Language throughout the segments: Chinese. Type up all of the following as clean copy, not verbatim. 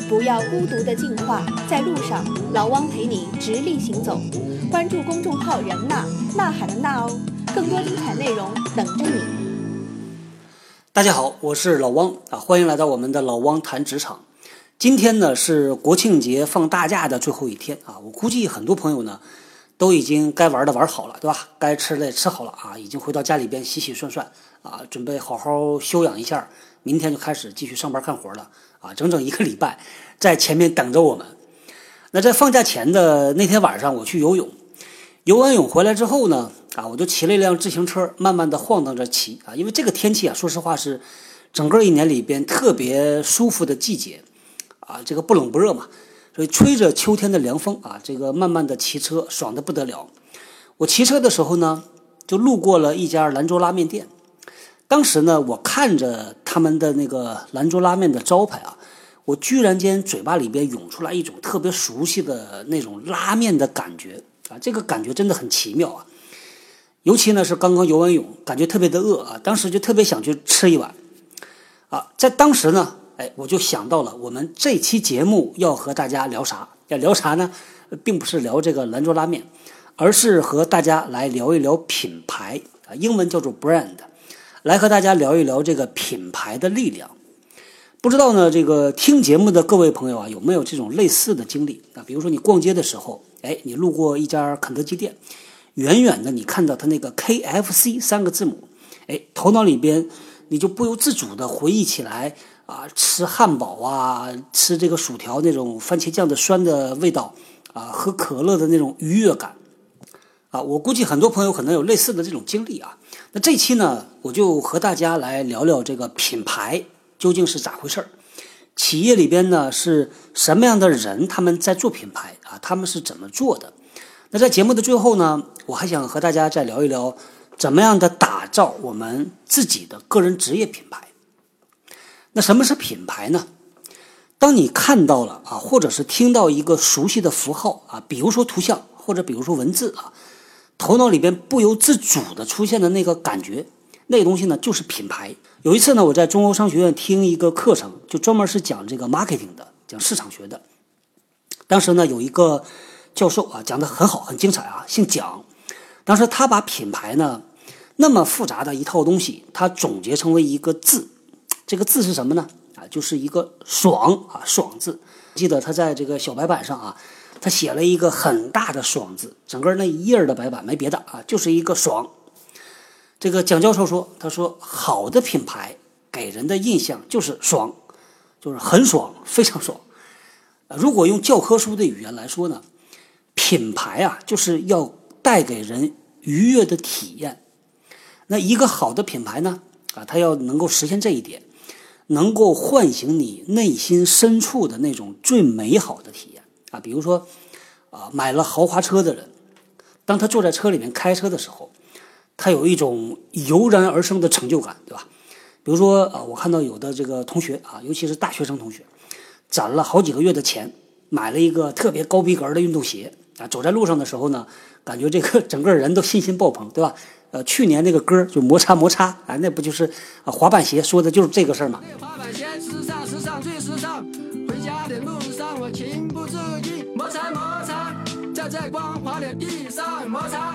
不要孤独的进化，在路上，老汪陪你直立行走。关注公众号“人呐”，呐喊的呐哦，更多精彩内容等着你。 大家好，我是老汪欢迎来到我们的老汪谈职场。今天呢是国庆节放大假的最后一天我估计很多朋友呢都已经该玩的玩好了，对吧？该吃的也吃好了已经回到家里边洗洗涮涮准备好好休养一下，明天就开始继续上班干活了整整1个礼拜在前面等着我们。那在放假前的那天晚上，我去游泳，游完泳回来之后呢我就骑了一辆自行车，慢慢的晃荡着骑因为这个天气说实话是整个一年里边特别舒服的季节这个不冷不热嘛，所以吹着秋天的凉风这个慢慢的骑车爽得不得了。我骑车的时候呢，就路过了一家兰州拉面店。当时呢，我看着他们的那个兰州拉面的招牌我居然间嘴巴里边涌出来一种特别熟悉的那种拉面的感觉这个感觉真的很奇妙尤其呢是刚刚游完泳，感觉特别的饿当时就特别想去吃一碗在当时呢我就想到了我们这期节目要和大家聊啥？要聊啥呢？并不是聊这个兰州拉面，而是和大家来聊一聊品牌英文叫做 brand， 来和大家聊一聊这个品牌的力量。不知道呢，这个听节目的各位朋友有没有这种类似的经历比如说你逛街的时候，你路过一家肯德基店，远远的你看到它那个 KFC 3个字母，头脑里边你就不由自主的回忆起来吃汉堡吃这个薯条那种番茄酱的酸的味道喝可乐的那种愉悦感我估计很多朋友可能有类似的这种经历那这期呢，我就和大家来聊聊这个品牌究竟是咋回事儿，企业里边呢是什么样的人他们在做品牌他们是怎么做的。那在节目的最后呢，我还想和大家再聊一聊怎么样的打造我们自己的个人职业品牌。那什么是品牌呢？当你看到了或者是听到一个熟悉的符号比如说图像或者比如说文字头脑里边不由自主的出现的那个感觉，那个东西呢就是品牌。有一次呢，我在中欧商学院听一个课程，就专门是讲这个 marketing 的，讲市场学的。当时呢有一个教授讲得很好很精彩姓蒋。当时他把品牌呢那么复杂的一套东西，他总结成为一个字。这个字是什么呢就是一个爽爽字。记得他在这个小白板上他写了一个很大的爽字，整个那一页的白板没别的就是一个爽。这个蒋教授说，他说好的品牌给人的印象就是爽，就是很爽，非常爽。如果用教科书的语言来说呢，品牌就是要带给人愉悦的体验。那一个好的品牌呢它要能够实现这一点，能够唤醒你内心深处的那种最美好的体验比如说买了豪华车的人，当他坐在车里面开车的时候，他有一种油然而生的成就感，对吧？比如说我看到有的这个同学尤其是大学生同学，攒了好几个月的钱，买了一个特别高逼格的运动鞋走在路上的时候呢，感觉这个整个人都信心爆棚，对吧？去年那个歌就摩擦摩擦那不就是滑板鞋说的就是这个事儿嘛。 滑板鞋时尚时尚最时尚，回家的路上我情不自禁摩擦摩擦，在光滑的地上摩擦。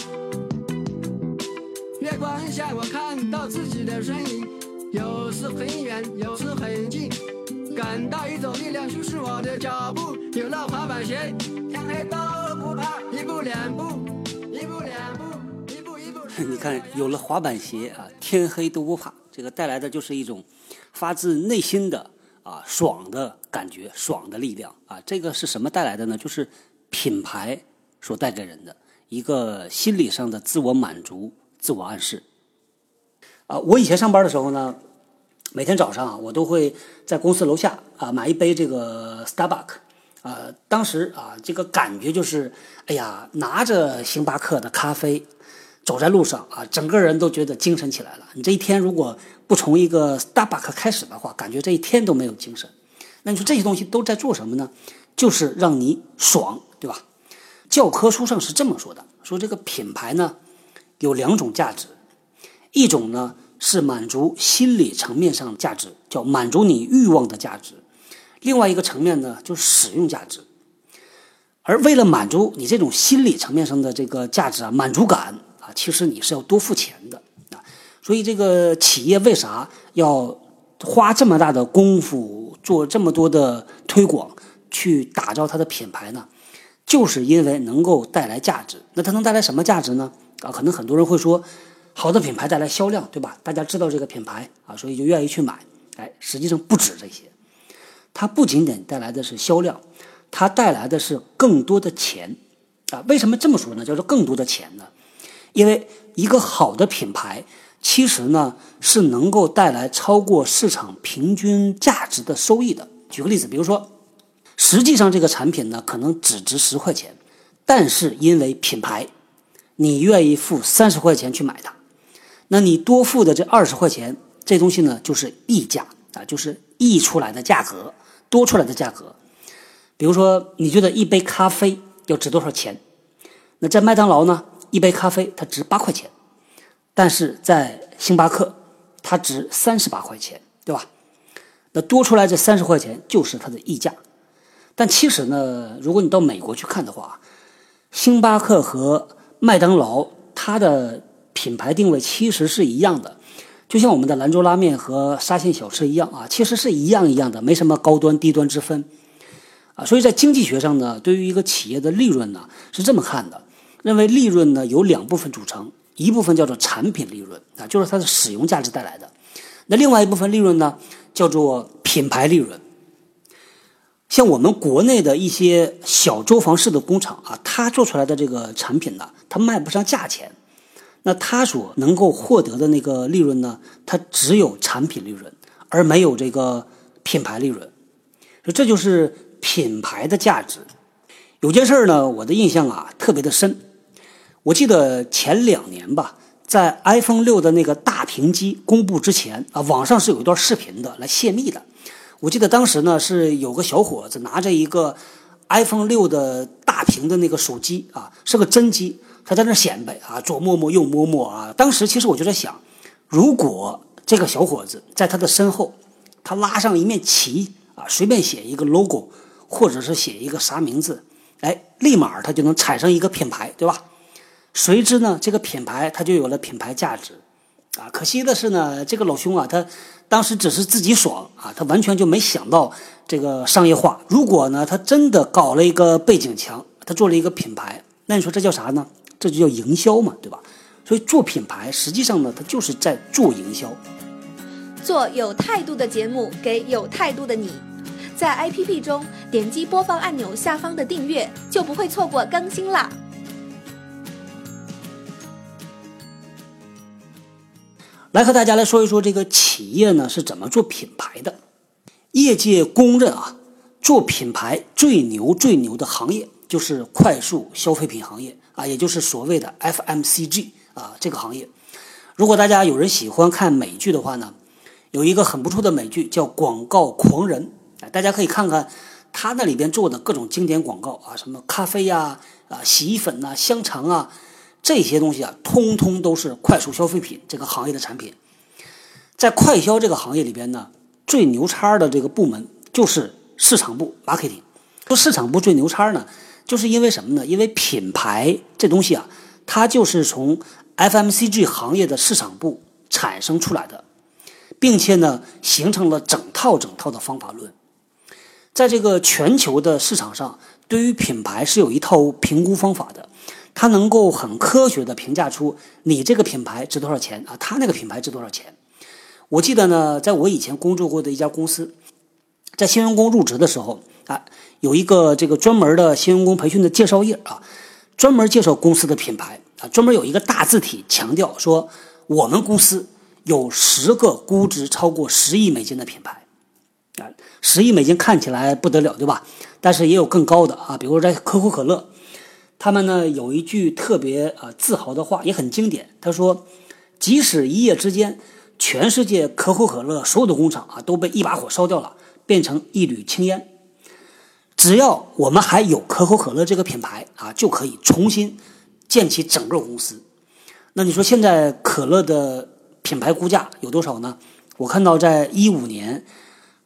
月光下我看到自己的身影，有时很远有时很近，感到一种力量驱使我的脚步。有了滑板鞋天黑都不怕，一步两步一步两步一步一步你看有了滑板鞋天黑都不怕，这个带来的就是一种发自内心的爽的感觉，爽的力量这个是什么带来的呢？就是品牌所带给人的一个心理上的自我满足、自我暗示我以前上班的时候呢，每天早上我都会在公司楼下买一杯这个 Starbucks当时这个感觉就是拿着星巴克的咖啡走在路上整个人都觉得精神起来了。你这一天如果不从一个 Starbucks 开始的话，感觉这一天都没有精神。那你说这些东西都在做什么呢？就是让你爽，对吧？教科书上是这么说的，说这个品牌呢有2种价值，一种呢是满足心理层面上的价值，叫满足你欲望的价值； 另外一个层面呢，就是使用价值。而为了满足你这种心理层面上的这个价值啊、满足感啊，其实你是要多付钱的啊。所以这个企业为啥要花这么大的功夫做这么多的推广，去打造它的品牌呢？就是因为能够带来价值。那它能带来什么价值呢？啊，可能很多人会说，好的品牌带来销量，对吧？大家知道这个品牌啊，所以就愿意去买。哎，实际上不止这些，它不仅仅带来的是销量，它带来的是更多的钱啊。为什么这么说呢？叫做更多的钱呢？因为一个好的品牌，其实呢是能够带来超过市场平均价值的收益的。举个例子，比如说，实际上这个产品呢可能只值10块钱，但是因为品牌，你愿意付30块钱去买它，那你多付的这20块钱，这东西呢就是溢价啊，就是溢出来的价格，多出来的价格。比如说，你觉得一杯咖啡要值多少钱？那在麦当劳呢，一杯咖啡它值8块钱，但是在星巴克它值38块钱，对吧？那多出来这30块钱就是它的溢价。但其实呢，如果你到美国去看的话，星巴克和麦当劳它的品牌定位其实是一样的，就像我们的兰州拉面和沙县小吃一样啊，其实是一样的，没什么高端低端之分啊。所以在经济学上呢，对于一个企业的利润呢是这么看的，认为利润呢由2部分组成，一部分叫做产品利润啊，就是它的使用价值带来的，那另外一部分利润呢叫做品牌利润。像我们国内的一些小作坊式的工厂啊，它做出来的这个产品呢，它卖不上价钱，那它所能够获得的那个利润呢，它只有产品利润，而没有这个品牌利润。所以这就是品牌的价值。有件事呢，我的印象啊特别的深。我记得前2年吧，在 iPhone 6的那个大屏机公布之前啊，网上是有一段视频的来泄密的。我记得当时呢是有个小伙子拿着一个 iPhone 6的大屏的那个手机啊，是个真机，他在那显摆啊，左摸摸右摸摸啊。当时其实我就在想，如果这个小伙子在他的身后，他拉上一面旗啊，随便写一个 logo， 或者是写一个啥名字，哎，立马他就能产生一个品牌，对吧？随之呢，这个品牌它就有了品牌价值啊。可惜的是呢，这个老兄啊，他当时只是自己爽啊，他完全就没想到这个商业化。如果呢，他真的搞了一个背景墙，他做了一个品牌，那你说这叫啥呢？这就叫营销嘛，对吧？所以做品牌实际上呢，它就是在做营销。 做有态度的节目，给有态度的你。在 APP 中点击播放按钮下方的订阅，就不会错过更新啦。 来和大家来说一说这个企业呢是怎么做品牌的。业界公认啊，做品牌最牛的行业就是快速消费品行业啊，也就是所谓的 FMCG 啊这个行业。如果大家有人喜欢看美剧的话呢，有一个很不错的美剧叫《广告狂人》，大家可以看看他那里边做的各种经典广告啊，什么咖啡呀、洗衣粉啊、香肠啊，这些东西啊，通通都是快速消费品这个行业的产品。在快消这个行业里边呢，最牛叉的这个部门就是市场部 marketing。说市场部最牛叉呢，就是因为什么呢？因为品牌这东西啊，它就是从 FMCG 行业的市场部产生出来的，并且呢，形成了整套的方法论。在这个全球的市场上，对于品牌是有一套评估方法的，它能够很科学的评价出你这个品牌值多少钱啊，他那个品牌值多少钱。我记得呢，在我以前工作过的一家公司，在新员工入职的时候啊，有一个这个专门的新员工培训的介绍页啊，专门介绍公司的品牌啊，专门有一个大字体强调说，我们公司有10个估值超过10亿美金的品牌啊，10亿美金看起来不得了，对吧？但是也有更高的啊，比如说在可口可乐，他们呢有一句特别自豪的话，也很经典，他说，即使一夜之间全世界可口可乐所有的工厂啊都被一把火烧掉了，变成一缕青烟，只要我们还有可口可乐这个品牌啊，就可以重新建起整个公司。那你说现在可乐的品牌估价有多少呢？我看到在15年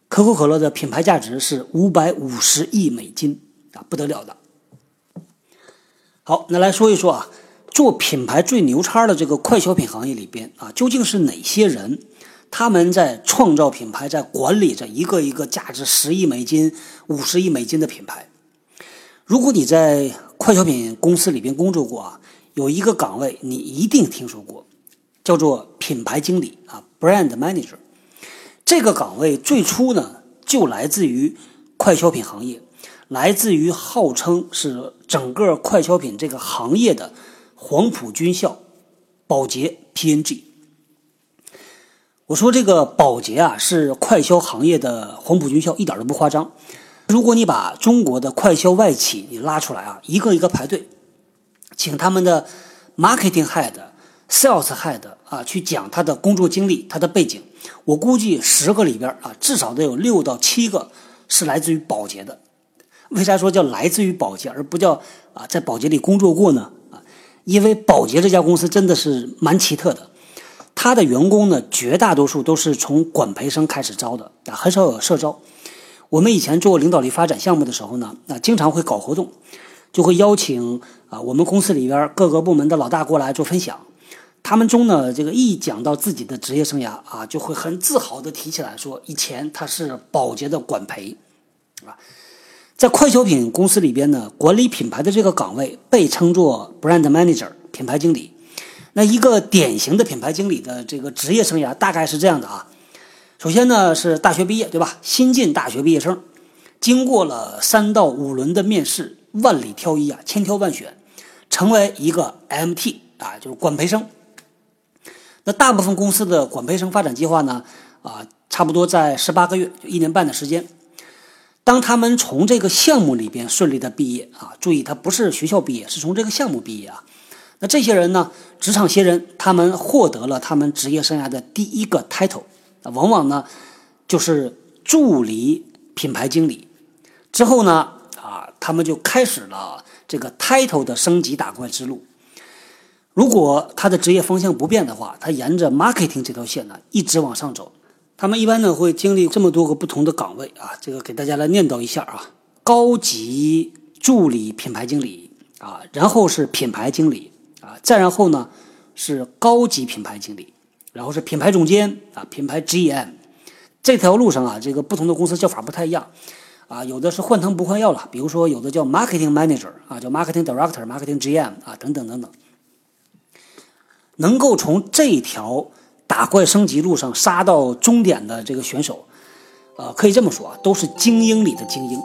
可口可乐的品牌价值是550亿美金啊，不得了的。好，那来说一说啊，做品牌最牛叉的这个快消品行业里边啊，究竟是哪些人？他们在创造品牌，在管理着一个一个价值10亿美金、50亿美金的品牌。如果你在快消品公司里边工作过啊，有一个岗位你一定听说过，叫做品牌经理啊 ，brand manager。这个岗位最初呢，就来自于快消品行业，来自于号称是整个快消品这个行业的黄埔军校宝洁 P&G。我说这个宝洁啊，是快消行业的黄埔军校，一点都不夸张。如果你把中国的快消外企你拉出来啊，一个一个排队，请他们的 marketing head、sales head 啊去讲他的工作经历、他的背景，我估计10个里边啊，至少得有6到7个是来自于宝洁的。为啥说叫来自于宝洁，而不叫啊在宝洁里工作过呢？啊，因为宝洁这家公司真的是蛮奇特的。他的员工呢，绝大多数都是从管培生开始招的啊，很少有社招。我们以前做领导力发展项目的时候呢，经常会搞活动，就会邀请啊我们公司里边各个部门的老大过来做分享。他们中呢，这个一讲到自己的职业生涯啊，就会很自豪地提起来说，以前他是宝洁的管培啊。在快消品公司里边呢，管理品牌的这个岗位被称作 brand manager 品牌经理。那一个典型的品牌经理的这个职业生涯大概是这样的啊。首先呢是大学毕业，对吧？新进大学毕业生，经过了3到5轮的面试，万里挑一啊，千挑万选，成为一个 MT 啊，就是管培生。那大部分公司的管培生发展计划呢，差不多在18个月，就1年半的时间。当他们从这个项目里边顺利的毕业啊，注意他不是学校毕业，是从这个项目毕业啊。那这些人呢，职场新人，他们获得了他们职业生涯的第一个 title， 往往呢就是助理品牌经理。之后呢，他们就开始了这个 title 的升级打怪之路。如果他的职业方向不变的话，他沿着 marketing 这条线呢一直往上走。他们一般呢会经历这么多个不同的岗位啊，这个给大家来念叨一下啊：高级助理品牌经理啊，然后是品牌经理啊，再然后呢是高级品牌经理，然后是品牌总监啊，品牌 GM。这条路上啊，这个不同的公司叫法不太一样啊，有的是换汤不换药了，比如说有的叫 marketing manager 啊，叫 marketing director、marketing GM 啊，等等等等。能够从这条打怪升级路上杀到终点的这个选手，可以这么说啊，都是精英里的精英。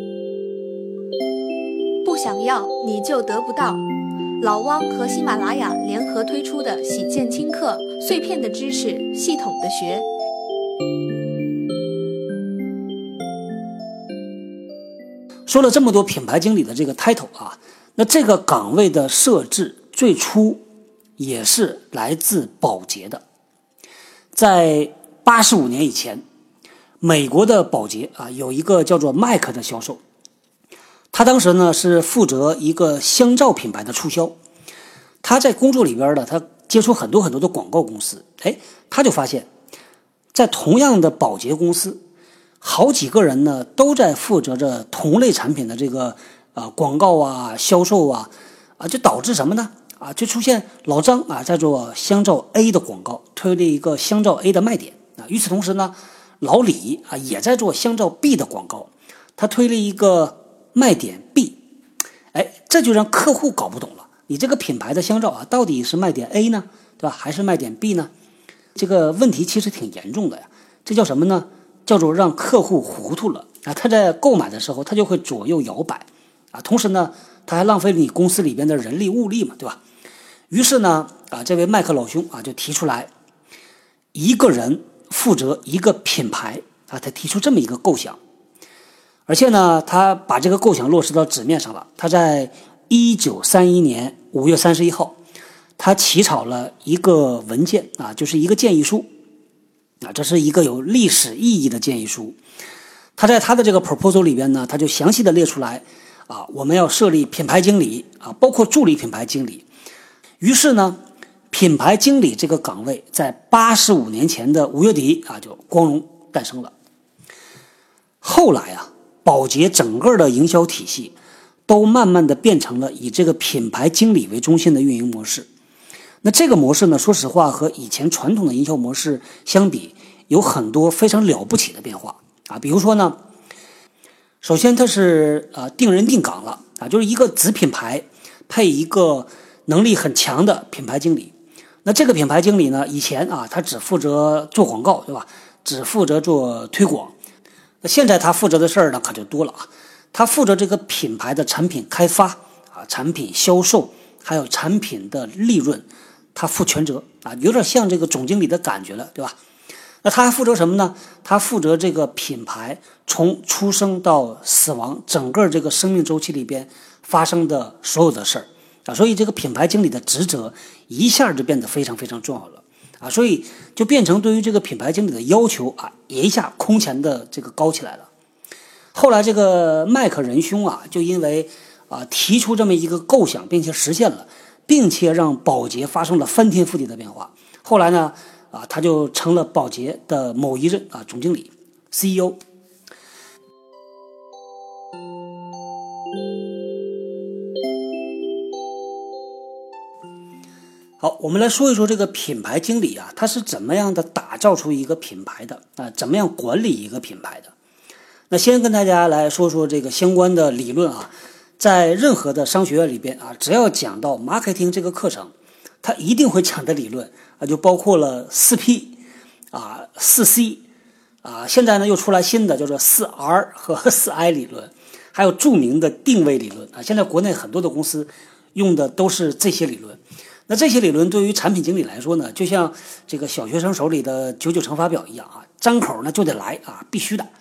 不想要你就得不到。老汪和喜马拉雅联合推出的洗剑轻课，碎片的知识，系统的学。 说了这么多品牌经理的这个 title 啊，那这个岗位的设置最初也是来自宝洁的。在85年以前，美国的宝洁啊有一个叫做麦克的销售，他当时呢是负责一个香皂品牌的促销。他在工作里边呢，他接触很多的广告公司，他就发现，在同样的宝洁公司，好几个人呢都在负责着同类产品的这个广告啊、销售啊，就导致什么呢？就出现老张啊在做香皂 A 的广告，推了一个香皂 A 的卖点啊。与此同时呢，老李啊也在做香皂 B 的广告，他推了一个卖点 B。这就让客户搞不懂了，你这个品牌的香皂啊，到底是卖点 A 呢，对吧？还是卖点 B 呢？这个问题其实挺严重的呀。这叫什么呢？叫做让客户糊涂了啊！他在购买的时候，他就会左右摇摆啊。同时呢，他还浪费了你公司里边的人力物力嘛，对吧？于是呢，这位麦克老兄就提出来，一个人负责一个品牌啊，他提出这么一个构想，而且呢，他把这个构想落实到纸面上了。他在1931年5月31号，他起草了一个文件啊，就是一个建议书啊，这是一个有历史意义的建议书。他在他的这个 proposal 里边呢，他就详细的列出来啊，我们要设立品牌经理啊，包括助理品牌经理。于是呢，品牌经理这个岗位在85年前的5月底就光荣诞生了。 后来啊，宝洁整个的营销体系都慢慢的变成了以这个品牌经理为中心的运营模式。那这个模式呢，说实话和以前传统的营销模式相比，有很多非常了不起的变化啊。比如说呢，首先它是定人定岗了啊，就是一个子品牌配一个能力很强的品牌经理。那这个品牌经理呢，以前啊他只负责做广告，对吧？只负责做推广。那现在他负责的事儿呢可就多了啊，他负责这个品牌的产品开发啊、产品销售，还有产品的利润，他负全责啊，有点像这个总经理的感觉了，对吧？那他还负责什么呢？他负责这个品牌从出生到死亡整个这个生命周期里边发生的所有的事儿啊，所以这个品牌经理的职责一下就变得非常非常重要了啊，所以就变成对于这个品牌经理的要求啊，也一下空前的这个高起来了。后来这个麦克仁兄啊，就因为提出这么一个构想，并且实现了，并且让宝洁发生了翻天覆地的变化。后来呢他就成了宝洁的某一任总经理 CEO。好，我们来说一说这个品牌经理啊，他是怎么样的打造出一个品牌的怎么样管理一个品牌的。那先跟大家来说说这个相关的理论啊，在任何的商学院里边只要讲到 marketing 这个课程，它一定会讲的理论就包括了4P 4C 现在呢又出来新的叫做4R 和4I 理论，还有著名的定位理论现在国内很多的公司用的都是这些理论。那这些理论对于产品经理来说呢，就像这个小学生手里的99乘法表一样张口呢就得来必须的。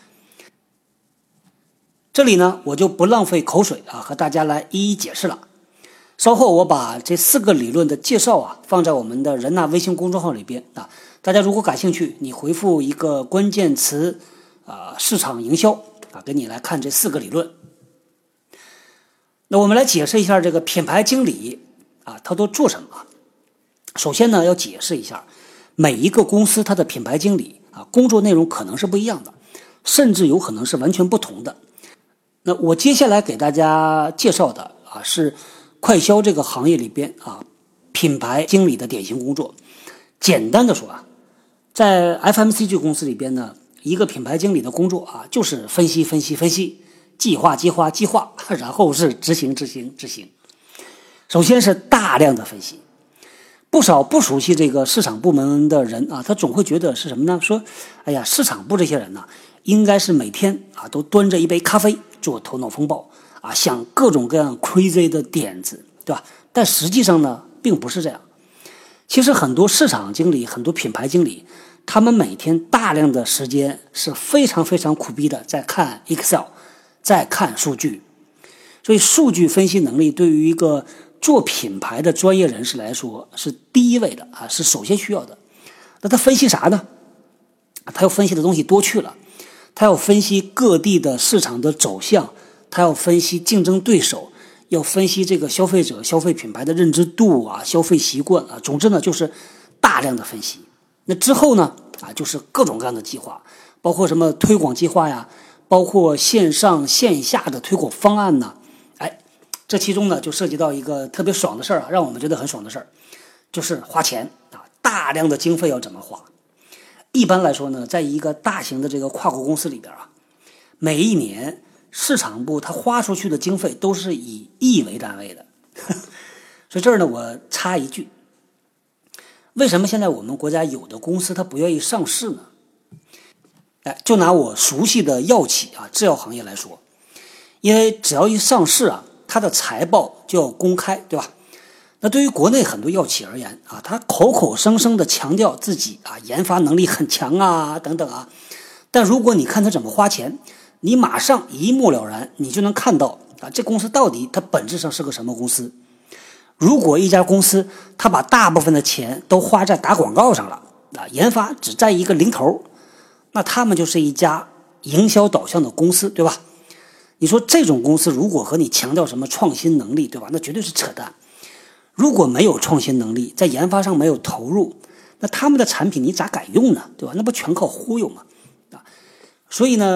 这里呢我就不浪费口水和大家来一一解释了。稍后我把这4个理论的介绍放在我们的人纳微信公众号里边大家如果感兴趣，你回复一个关键词市场营销给你来看这4个理论。那我们来解释一下这个品牌经理他都做什么。首先呢要解释一下每一个公司它的品牌经理工作内容可能是不一样的，甚至有可能是完全不同的。那我接下来给大家介绍的是快销这个行业里边品牌经理的典型工作。简单的说在 FMCG 公司里边呢，一个品牌经理的工作就是分析，计划，然后是执行。首先是大量的分析。不少不熟悉这个市场部门的人他总会觉得是什么呢？说哎呀，市场部这些人应该是每天都端着一杯咖啡做头脑风暴想各种各样 crazy 的点子，对吧？但实际上呢并不是这样。其实很多市场经理，很多品牌经理，他们每天大量的时间是非常非常苦逼的在看 Excel， 在看数据。所以数据分析能力对于一个做品牌的专业人士来说是第一位的是首先需要的。那他分析啥呢？他要分析的东西多去了，他要分析各地的市场的走向，他要分析竞争对手，要分析这个消费者消费品牌的认知度消费习惯总之呢就是大量的分析。那之后呢就是各种各样的计划，包括什么推广计划呀，包括线上线下的推广方案呢。这其中呢就涉及到一个特别爽的事儿让我们觉得很爽的事儿，就是花钱大量的经费要怎么花。一般来说呢，在一个大型的这个跨国公司里边每一年市场部它花出去的经费都是以亿为单位的所以这儿呢我插一句，为什么现在我们国家有的公司它不愿意上市呢？就拿我熟悉的药企制药行业来说，因为只要一上市它的财报就要公开，对吧？那对于国内很多药企而言他口口声声的强调自己研发能力很强等等但如果你看他怎么花钱，你马上一目了然，你就能看到这公司到底它本质上是个什么公司。如果一家公司它把大部分的钱都花在打广告上了研发只在一个零头，那他们就是一家营销导向的公司，对吧？你说这种公司如果和你强调什么创新能力，对吧？那绝对是扯淡。如果没有创新能力，在研发上没有投入，那他们的产品你咋敢用呢？对吧？那不全靠忽悠吗？所以呢，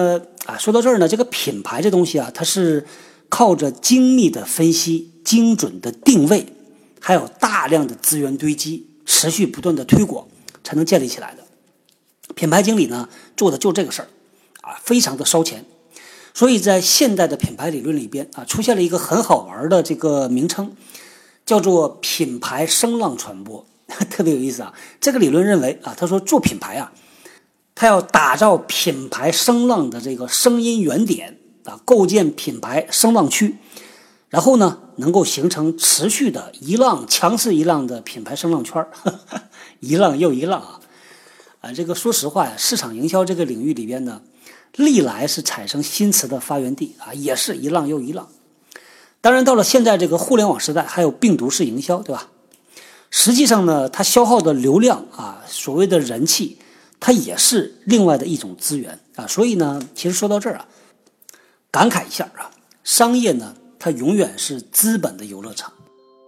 啊，说到这儿呢，这个品牌这东西啊，它是靠着精密的分析、精准的定位，还有大量的资源堆积、持续不断的推广才能建立起来的。品牌经理呢，做的就这个事儿啊，非常的烧钱。所以在现代的品牌理论里边啊，出现了一个很好玩的这个名称，叫做品牌声浪传播，特别有意思啊。这个理论认为啊，他说做品牌啊，他要打造品牌声浪的这个声音原点啊，构建品牌声浪区，然后呢，能够形成持续的一浪强势一浪的品牌声浪圈，一浪又一浪啊。这个说实话呀，市场营销这个领域里边呢，历来是产生新词的发源地啊，也是一浪又一浪。当然，到了现在这个互联网时代，还有病毒式营销，对吧？实际上呢，它消耗的流量啊，所谓的人气，它也是另外的一种资源啊。所以呢，其实说到这儿啊，感慨一下啊，商业呢，它永远是资本的游乐场。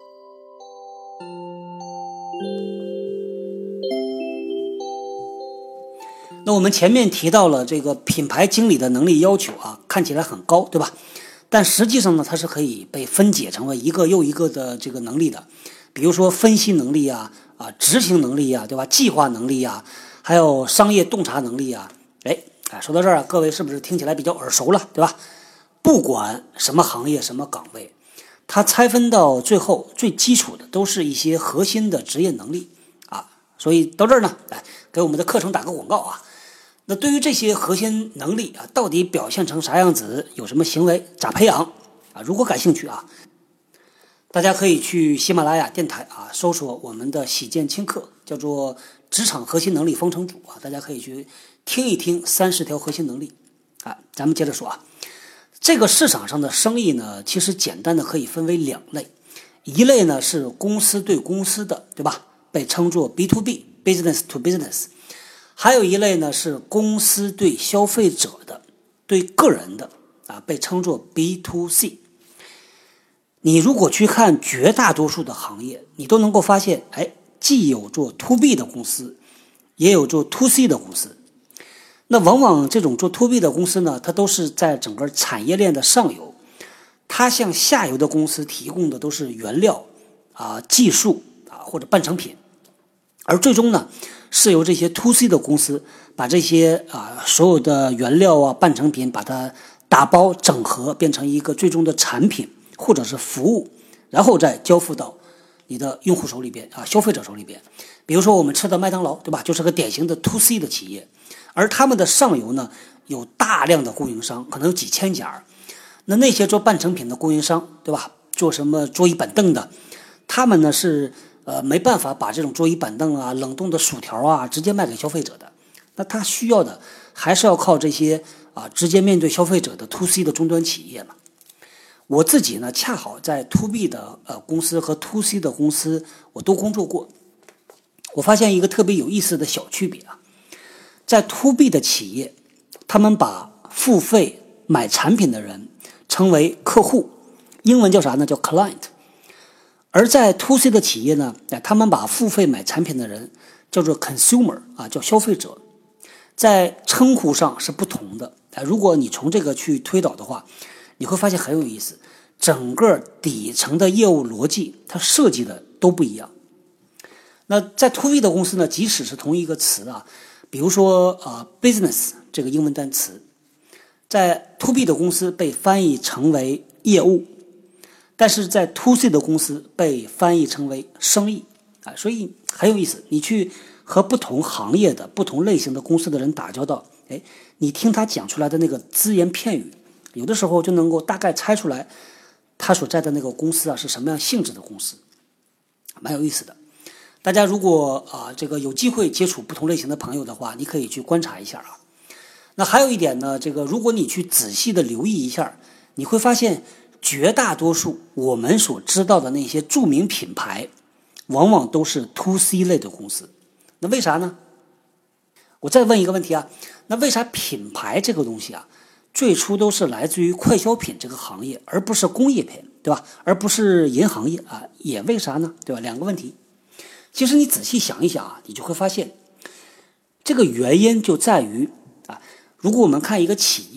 那我们前面提到了这个品牌经理的能力要求啊，看起来很高，对吧？但实际上呢，它是可以被分解成为一个又一个的这个能力的，比如说分析能力啊、执行能力啊，对吧？计划能力啊，还有商业洞察能力啊。说到这儿啊，各位是不是听起来比较耳熟了，对吧？不管什么行业、什么岗位，它拆分到最后最基础的都是一些核心的职业能力啊。所以到这儿呢，给我们的课程打个广告啊。那对于这些核心能力啊，到底表现成啥样子，有什么行为，咋培养啊？如果感兴趣啊，大家可以去喜马拉雅电台啊，搜索我们的喜见轻课，叫做职场核心能力方程组啊，大家可以去听一听30条核心能力啊。咱们接着说啊，这个市场上的生意呢，其实简单的可以分为2类，一类呢是公司对公司的，对吧？被称作 B2B business to business。还有一类呢是公司对消费者的、对个人的啊，被称作 B2C。你如果去看绝大多数的行业，你都能够发现，既有做 To B 的公司，也有做 To C 的公司。那往往这种做 To B 的公司呢，它都是在整个产业链的上游，它向下游的公司提供的都是原料啊、技术啊或者半成品，而最终呢，是由这些 To C 的公司把这些所有的原料啊、半成品把它打包整合，变成一个最终的产品或者是服务，然后再交付到你的用户手里边啊，消费者手里边。比如说我们吃的麦当劳，对吧？就是个典型的 To C 的企业，而他们的上游呢有大量的供应商，可能有几千家。那些做半成品的供应商，对吧？做什么桌椅板凳的，他们呢是没办法把这种桌椅板凳啊、冷冻的薯条啊直接卖给消费者的。那他需要的还是要靠这些直接面对消费者的 To C 的终端企业嘛。我自己呢，恰好在 To B 的公司和 To C 的公司我都工作过。我发现一个特别有意思的小区别啊，在 To B 的企业，他们把付费买产品的人称为客户，英文叫啥呢？叫 client。而在 To C 的企业呢，他们把付费买产品的人叫做 consumer 啊，叫消费者。在称呼上是不同的。如果你从这个去推导的话，你会发现很有意思，整个底层的业务逻辑它设计的都不一样。那在 To B 的公司呢，即使是同一个词啊，比如说business 这个英文单词，在 To B 的公司被翻译成为业务，但是在 To C 的公司被翻译成为生意啊，所以很有意思。你去和不同行业的不同类型的公司的人打交道，你听他讲出来的那个只言片语，有的时候就能够大概猜出来他所在的那个公司啊是什么样性质的公司，蛮有意思的。大家如果这个有机会接触不同类型的朋友的话，你可以去观察一下啊。那还有一点呢，这个如果你去仔细的留意一下，你会发现绝大多数我们所知道的那些著名品牌，往往都是 To C 类的公司。那为啥呢？我再问一个问题啊，那为啥品牌这个东西啊，最初都是来自于快消品这个行业，而不是工业品，对吧？而不是银行业啊，也为啥呢？对吧？两个问题。其实你仔细想一想啊，你就会发现，这个原因就在于如果我们看一个企业啊，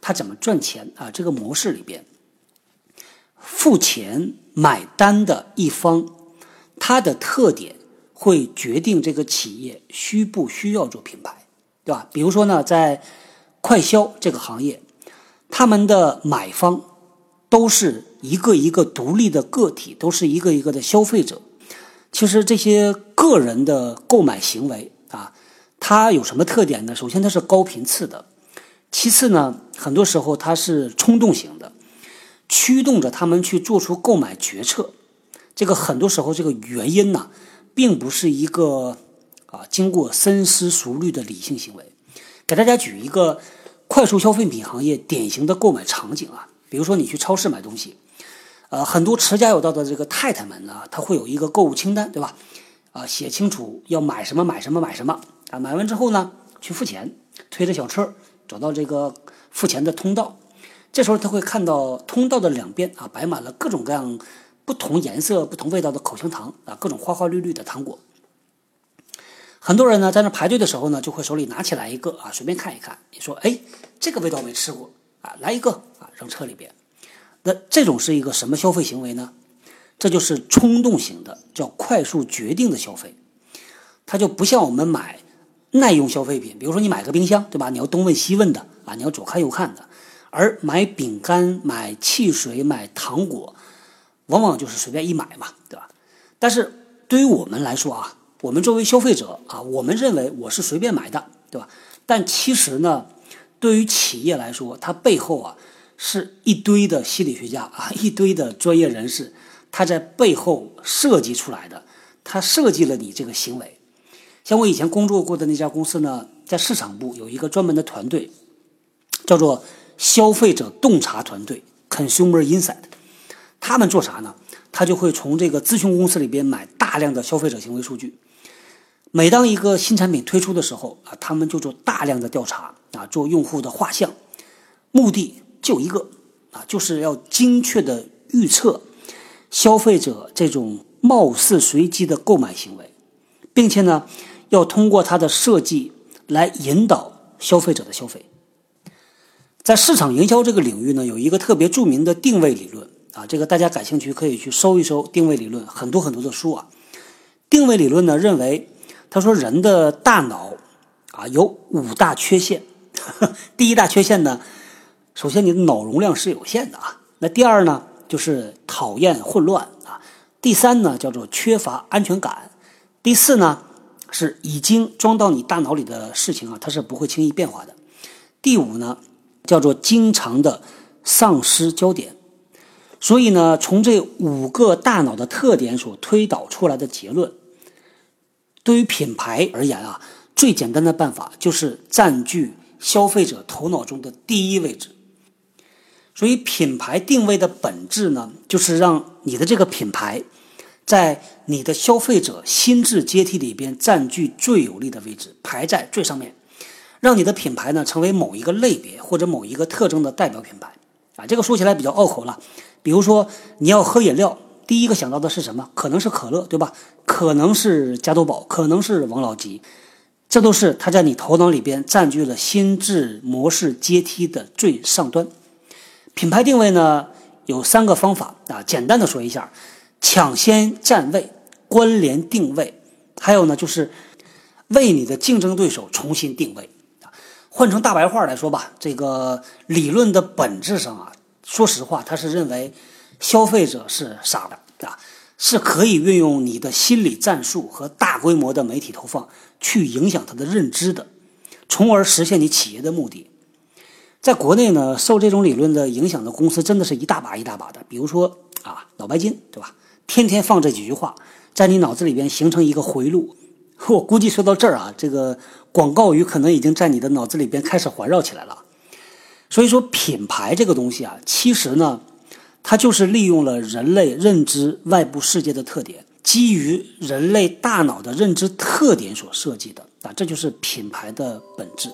它怎么赚钱啊这个模式里边，付钱买单的一方，它的特点会决定这个企业需不需要做品牌，对吧？比如说呢，在快消这个行业，他们的买方都是一个一个独立的个体，都是一个一个的消费者。其实这些个人的购买行为啊，它有什么特点呢？首先它是高频次的，其次呢，很多时候它是冲动型的，驱动着他们去做出购买决策。这个很多时候这个原因呢，并不是一个经过深思熟虑的理性行为。给大家举一个快速消费品行业典型的购买场景啊，比如说你去超市买东西，很多持家有道的这个太太们呢，她会有一个购物清单，对吧？写清楚要买什么买什么买什么啊，买完之后呢，去付钱，推着小车走到这个付钱的通道，这时候他会看到通道的两边啊，摆满了各种各样不同颜色、不同味道的口香糖啊，各种花花绿绿的糖果。很多人呢在那排队的时候呢，就会手里拿起来一个啊，随便看一看，你说哎，这个味道没吃过啊，来一个啊，扔车里边。那这种是一个什么消费行为呢？这就是冲动型的，叫快速决定的消费。它就不像我们买耐用消费品，比如说你买个冰箱，对吧？你要东问西问的啊，你要左看右看的。而买饼干、买汽水、买糖果，往往就是随便一买嘛，对吧？但是对于我们来说啊，我们作为消费者啊，我们认为我是随便买的，对吧？但其实呢，对于企业来说，它背后啊是一堆的心理学家啊，一堆的专业人士，他在背后设计出来的，他设计了你这个行为。像我以前工作过的那家公司呢，在市场部有一个专门的团队，叫做消费者洞察团队 Consumer Insight。 他们做啥呢？他就会从这个咨询公司里边买大量的消费者行为数据。每当一个新产品推出的时候啊，他们就做大量的调查啊，做用户的画像，目的就一个啊，就是要精确的预测消费者这种貌似随机的购买行为，并且呢，要通过它的设计来引导消费者的消费。在市场营销这个领域呢，有一个特别著名的定位理论啊，这个大家感兴趣可以去搜一搜定位理论，很多很多的书啊。定位理论呢认为，他说人的大脑啊有5大缺陷。第一大缺陷呢，首先你的脑容量是有限的啊。那第二呢，就是讨厌混乱啊。第三呢，叫做缺乏安全感。第四呢，是已经装到你大脑里的事情啊，它是不会轻易变化的。第五呢，叫做经常的丧失焦点。所以呢，从这5个大脑的特点所推导出来的结论，对于品牌而言啊，最简单的办法就是占据消费者头脑中的第一位置。所以品牌定位的本质呢，就是让你的这个品牌在你的消费者心智阶梯里边占据最有利的位置，排在最上面，让你的品牌呢成为某一个类别或者某一个特征的代表品牌啊。这个说起来比较拗口了，比如说你要喝饮料，第一个想到的是什么？可能是可乐，对吧？可能是加多宝，可能是王老吉，这都是它在你头脑里边占据了心智模式阶梯的最上端。品牌定位呢有3个方法啊，简单的说一下：抢先占位、关联定位，还有呢就是为你的竞争对手重新定位。换成大白话来说吧，这个理论的本质上啊，说实话，他是认为消费者是傻的啊，是可以运用你的心理战术和大规模的媒体投放去影响他的认知的，从而实现你企业的目的。在国内呢，受这种理论的影响的公司真的是一大把一大把的，比如说啊，脑白金，对吧？天天放这几句话，在你脑子里边形成一个回路。我估计说到这儿啊，这个广告语可能已经在你的脑子里边开始环绕起来了。所以说品牌这个东西啊，其实呢，它就是利用了人类认知外部世界的特点，基于人类大脑的认知特点所设计的啊，这就是品牌的本质。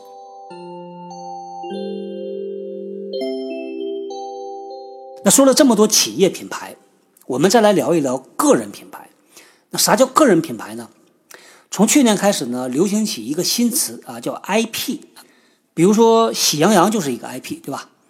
那说了这么多企业品牌，我们再来聊一聊个人品牌。那啥叫个人品牌呢？从去年开始呢，流行起一个新词啊，叫 IP。比如说喜羊羊就是一个 IP， 对吧？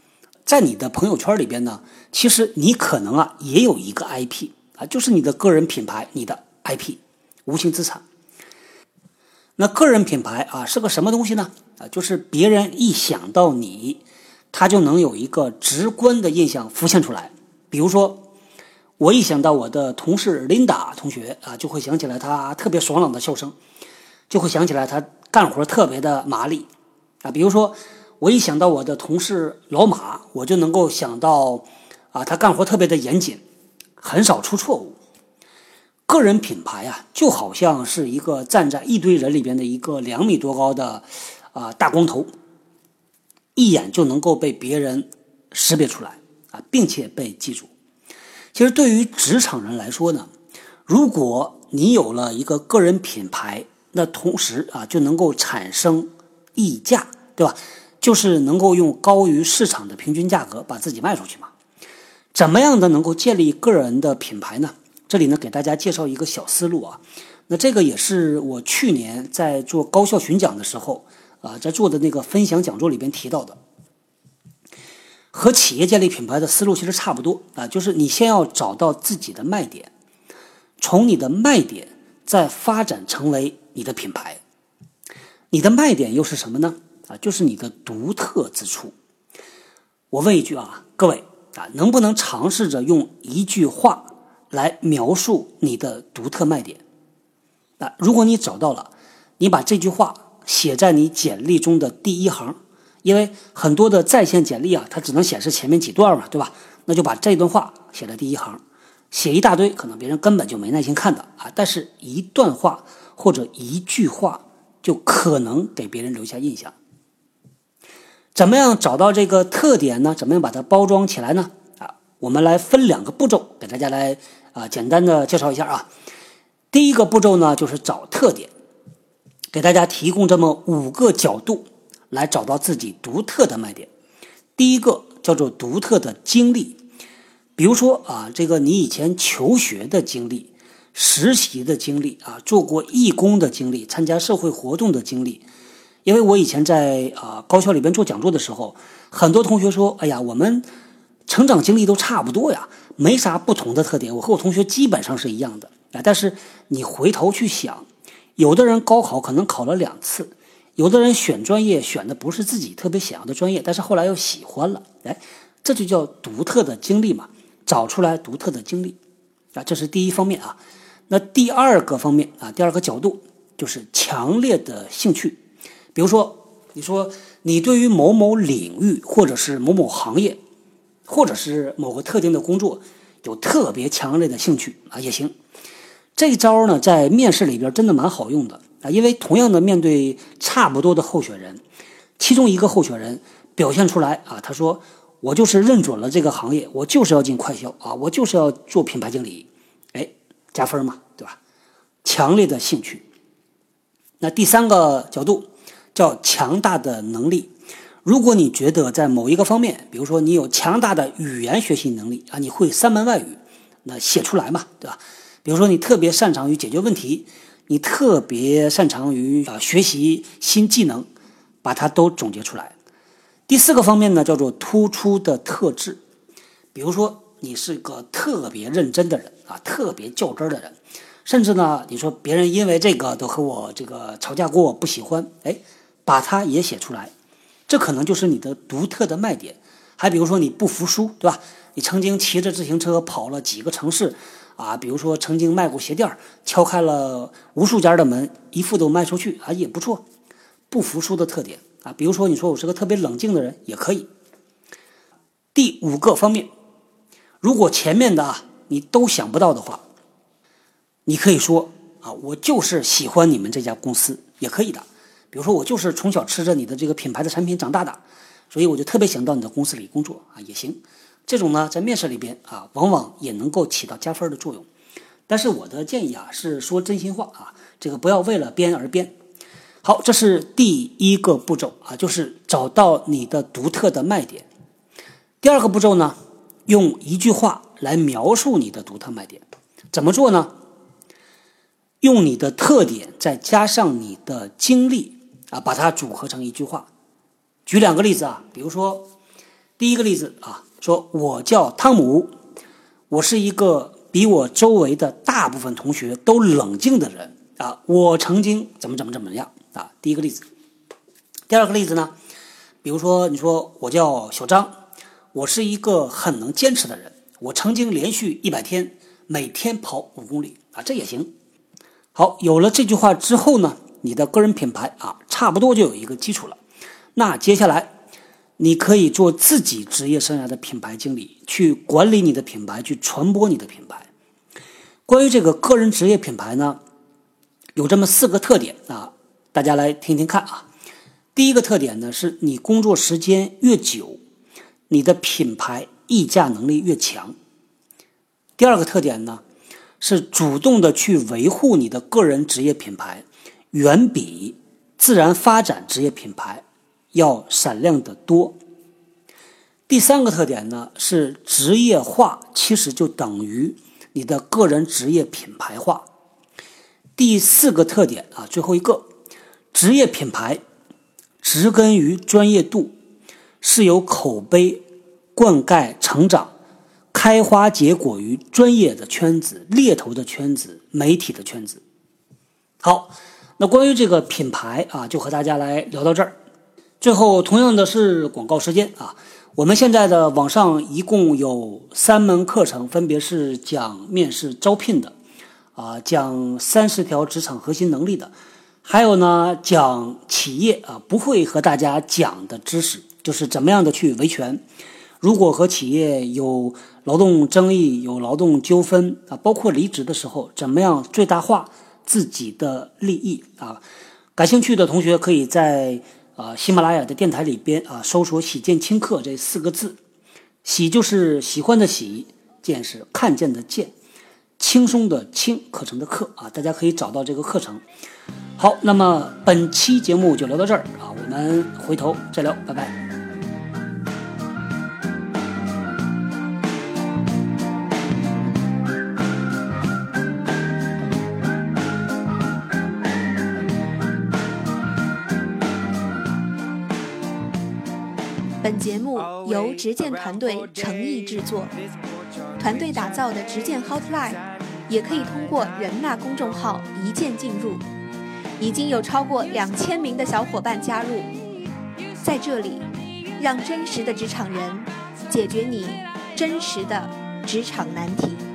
在你的朋友圈里边呢，其实你可能也有一个 IP 就是你的个人品牌，你的 IP 无形资产。那个人品牌是个什么东西呢？就是别人一想到你，他就能有一个直观的印象浮现出来。比如说，我一想到我的同事琳达同学就会想起来她特别爽朗的笑声，就会想起来她干活特别的麻利比如说，我一想到我的同事老马，我就能够想到他干活特别的严谨，很少出错误。个人品牌就好像是一个站在一堆人里边的一个2米多高的大光头，一眼就能够被别人识别出来并且被记住。其实对于职场人来说呢，如果你有了一个个人品牌，那同时就能够产生溢价，对吧？就是能够用高于市场的平均价格把自己卖出去嘛。怎么样的能够建立个人的品牌呢？这里呢给大家介绍一个小思路那这个也是我去年在做高校巡讲的时候在做的那个分享讲座里边提到的。和企业建立品牌的思路其实差不多就是你先要找到自己的卖点，从你的卖点再发展成为你的品牌。你的卖点又是什么呢？就是你的独特之处。我问一句各位能不能尝试着用一句话来描述你的独特卖点？如果你找到了，你把这句话写在你简历中的第一行，因为很多的在线简历它只能显示前面几段嘛，对吧？那就把这段话写在第一行，写一大堆可能别人根本就没耐心看的但是一段话或者一句话就可能给别人留下印象。怎么样找到这个特点呢？怎么样把它包装起来呢？我们来分2个步骤给大家来简单的介绍一下第一个步骤呢，就是找特点，给大家提供这么5个角度来找到自己独特的卖点。第一个叫做独特的经历，比如说这个你以前求学的经历、实习的经历做过义工的经历、参加社会活动的经历。因为我以前在高校里边做讲座的时候，很多同学说，哎呀，我们成长经历都差不多呀，没啥不同的特点，我和我同学基本上是一样的但是你回头去想，有的人高考可能考了2次，有的人选专业选的不是自己特别想要的专业，但是后来又喜欢了，这就叫独特的经历嘛，找出来独特的经历这是第一方面那第2个方面第2个角度就是强烈的兴趣。比如说，你说你对于某某领域或者是某某行业或者是某个特定的工作有特别强烈的兴趣也行。这招呢在面试里边真的蛮好用的因为同样的面对差不多的候选人，其中一个候选人表现出来他说我就是认准了这个行业，我就是要进快销我就是要做品牌经理，加分嘛，对吧？强烈的兴趣。那第3个角度叫强大的能力。如果你觉得在某一个方面，比如说你有强大的语言学习能力你会3门外语，那写出来嘛，对吧？比如说你特别擅长于解决问题，你特别擅长于学习新技能，把它都总结出来。第4个方面呢，叫做突出的特质。比如说你是个特别认真的人特别较真的人，甚至呢你说别人因为这个都和我这个吵架过，不喜欢，把它也写出来，这可能就是你的独特的卖点。还比如说你不服输，对吧？你曾经骑着自行车跑了几个城市比如说曾经卖过鞋垫，敲开了无数家的门，一副都卖出去也不错。不服输的特点比如说你说我是个特别冷静的人也可以。第5个方面，如果前面的你都想不到的话，你可以说我就是喜欢你们这家公司也可以的。比如说我就是从小吃着你的这个品牌的产品长大的，所以我就特别想到你的公司里工作也行。这种呢在面试里边往往也能够起到加分的作用。但是我的建议是说真心话这个不要为了编而编。好，这是第1个步骤就是找到你的独特的卖点。第2个步骤呢，用一句话来描述你的独特卖点。怎么做呢？用你的特点再加上你的经历把它组合成一句话。举2个例子比如说第一个例子啊，说我叫汤姆，我是一个比我周围的大部分同学都冷静的人啊，我曾经怎么样啊。第一个例子。第二个例子呢，比如说你说我叫小张，我是一个很能坚持的人，我曾经连续100天每天跑5公里啊，这也行。好，有了这句话之后呢，你的个人品牌啊，差不多就有一个基础了。那接下来你可以做自己职业生涯的品牌经理，去管理你的品牌，去传播你的品牌。关于这个个人职业品牌呢，有这么4个特点啊，大家来听听看啊。第一个特点呢，是你工作时间越久，你的品牌溢价能力越强。第二个特点呢，是主动的去维护你的个人职业品牌，远比自然发展职业品牌要闪亮得多。第三个特点呢，是职业化其实就等于你的个人职业品牌化。第4个特点啊，最后一个，职业品牌植根于专业度，是由口碑灌溉成长，开花结果于专业的圈子、猎头的圈子、媒体的圈子。好，那关于这个品牌啊，就和大家来聊到这儿。最后同样的是广告时间啊，我们现在的网上一共有3门课程，分别是讲面试招聘的啊，讲30条职场核心能力的，还有呢讲企业啊不会和大家讲的知识，就是怎么样的去维权。如果和企业有劳动争议、有劳动纠纷啊，包括离职的时候，怎么样最大化自己的利益啊？感兴趣的同学可以在喜马拉雅的电台里边啊搜索"喜见轻课"这4个字，喜就是喜欢的喜，见是看见的见，轻松的轻，课程的课啊，大家可以找到这个课程。好，那么本期节目就聊到这儿啊，我们回头再聊，拜拜。 本节目由执剑团队诚意制作，团队打造的执剑 Hotline 也可以通过人纳公众号一键进入，已经有超过2000名的小伙伴加入。在这里，让真实的职场人解决你真实的职场难题。